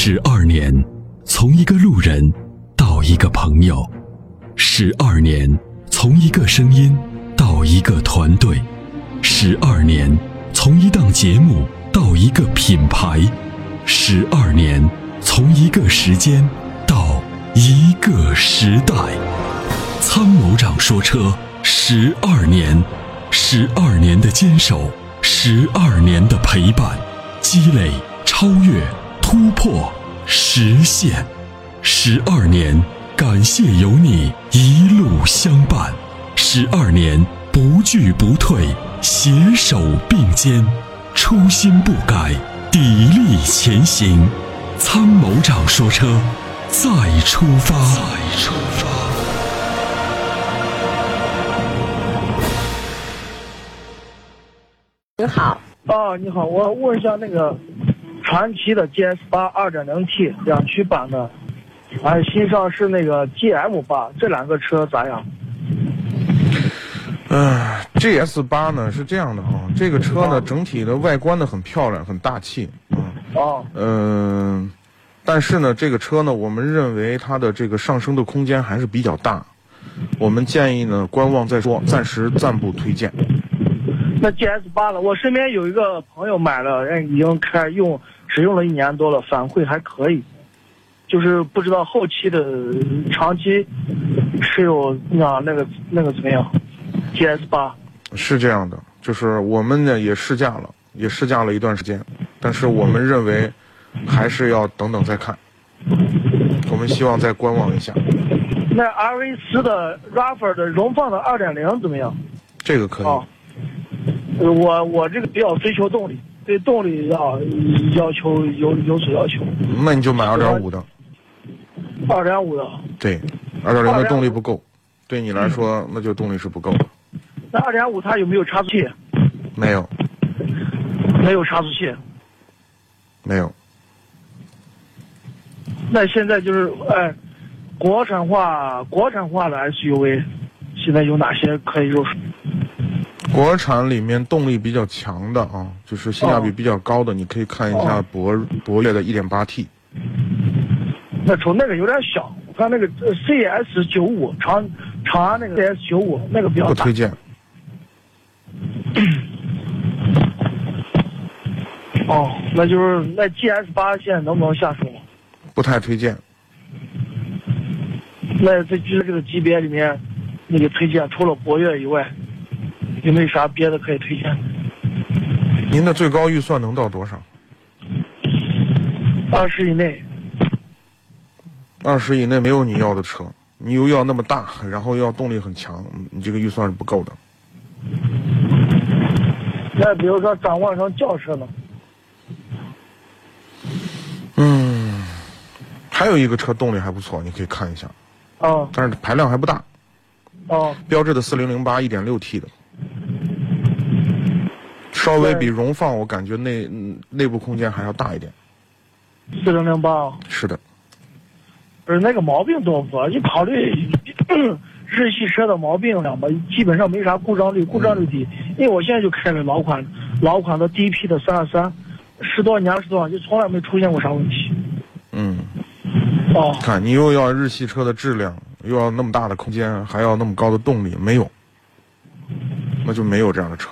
12年，从一个路人到一个朋友；12年，从一个声音到一个团队；12年，从一档节目到一个品牌；12年，从一个时间到一个时代。参谋长说车12年，12年的坚守，12年的陪伴，积累、超越、突破、实现。12年，感谢有你一路相伴。12年，不惧不退，携手并肩，初心不改，砥砺前行。参谋长说车，再出发。 您好， 你好，我问一下那个传祺的 GS8 2.0T 两驱版的，还有新上市那个 GM8，这两个车咋样 ？GS8 呢是这样的啊，这个车呢整体的外观呢很漂亮，很大气但是呢这个车呢我们认为它的这个上升的空间还是比较大，我们建议呢观望再说，暂时暂不推荐。 那 GS8 呢？我身边有一个朋友买了，已经使用了1年多了，反馈还可以，就是不知道后期的长期持有那个怎么样 ？GS8 是这样的，就是我们呢也试驾了一段时间，但是我们认为还是要等等再看，我们希望再观望一下。 那 RV4 的 RAV4 的荣放的2.0怎么样？ 这个可以。 我这个比较追求动力，对动力要求有所要求。 那你就买2.5的。 2.5的。 对，2.0的动力不够，对你来说那就动力是不够的。 那2.5它有没有差速器？ 没有。 没有差速器。 没有。 那现在就是国产化的 SUV， 现在有哪些可以入手？ 国产里面动力比较强的啊，就是性价比比较高的，你可以看一下博越的 1.8T。 那瞅那个有点小，我看那个 CS95 长安那个 CS95 那个比较大。 不推荐。 那就是那 GS8 现在能不能下手？ 不太推荐。 那在这个级别里面，那个推荐除了博越以外，有没有啥别的可以推荐？ 您的最高预算能到多少 ？20以内。 20以内没有你要的车，你又要那么大，然后要动力很强，你这个预算是不够的。 那比如说展望成轿车呢？ 还有一个车动力还不错，你可以看一下。但是排量还不大。标致的4008 1.6T 的。稍微比荣放我感觉内部空间还要大一点。 4008。是的。不是那个毛病多不多？你考虑日系车的毛病了吧？基本上没啥故障率低。因为我现在就开了老款的第一批的323，10多年就从来没出现过啥问题。 看你又要日系车的质量，又要那么大的空间，还要那么高的动力，没有，那就没有这样的车。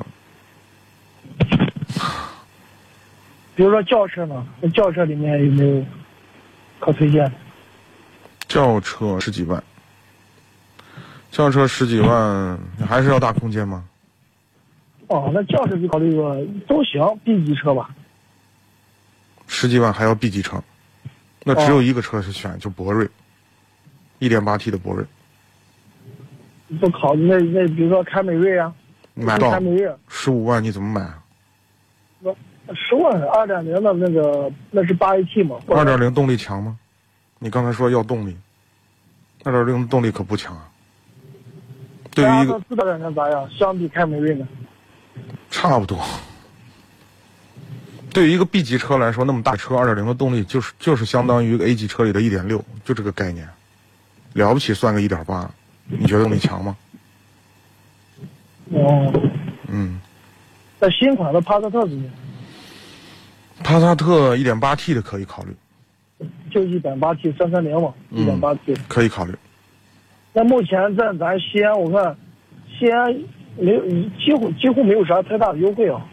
比如说轿车呢？那轿车里面有没有可推荐？ 轿车10几万，轿车10几万，你还是要大空间吗？ 那轿车就考虑个都行 ，B 级车吧。 10几万还要 B 级车？那只有一个车是选，就博瑞，1.8T 的博瑞。 不考虑那比如说凯美瑞啊， 买到15万你怎么买啊 ？10万2.0的那是8AT 吗 ？2.0动力强吗？你刚才说要动力，2.0的动力可不强啊。对于一个 4.0咋样？相比凯美瑞呢？ 差不多。对于一个 B 级车来说，那么大车2.0的动力就是相当于一个 A 级车里的1.6，就这个概念。了不起算个1.8，你觉得动力强吗？ 那新款的帕萨特怎么样？ 帕萨特 1.8T 的可以考虑。 就180T 330嘛，180T 可以考虑。 那目前在咱西安，我看西安没有几乎没有啥太大的优惠啊。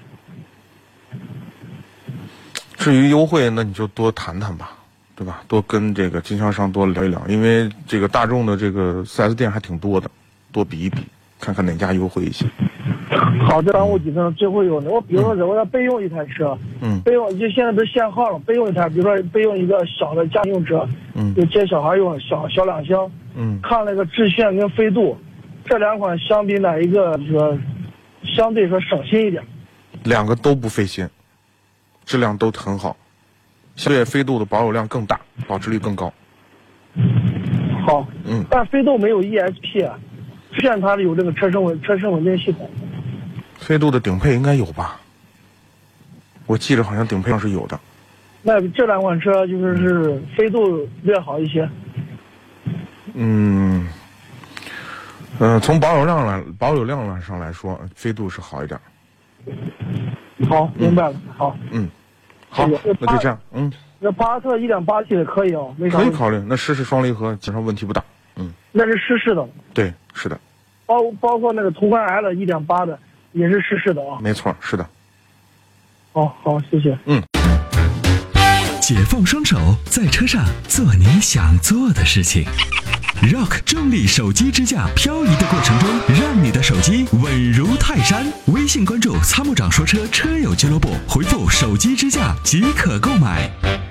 至于优惠，那你就多谈谈吧，对吧？多跟这个经销商多聊一聊，因为这个大众的这个 4S 店还挺多的，多比一比，看看哪家优惠一些。 好，这耽误几分钟，最后有的，我比如说我要备用一台车，备用就现在都限号了，备用一台，比如说备用一个小的家用车，就接小孩用小2厢，看那个致炫跟飞度，这2款相比哪一个说相对说省心一点 ？2个都不费心，质量都很好，相对飞度的保有量更大，保值率更高。 好，但飞度没有 ESP 啊，致炫它有这个车身稳定系统。 飞度的顶配应该有吧？我记着好像顶配上是有的。 那这2款车就是飞度略好一些。 从保有量上来说，飞度是好一点。 好，明白了。好。 好，那就这样。 那帕萨特 1.8T 也可以啊，没啥可以考虑。那湿式双离合基本上问题不大。 那是湿式的。 对，是的。 包括那个途观 L 1.8的也是湿式的啊。 没错，是的。 好，谢谢。 解放双手，在车上做你想做的事情。Rock 重力手机支架，漂移的过程中，让你的手机稳如泰山。微信关注参谋长说车车友俱乐部，回复手机支架即可购买。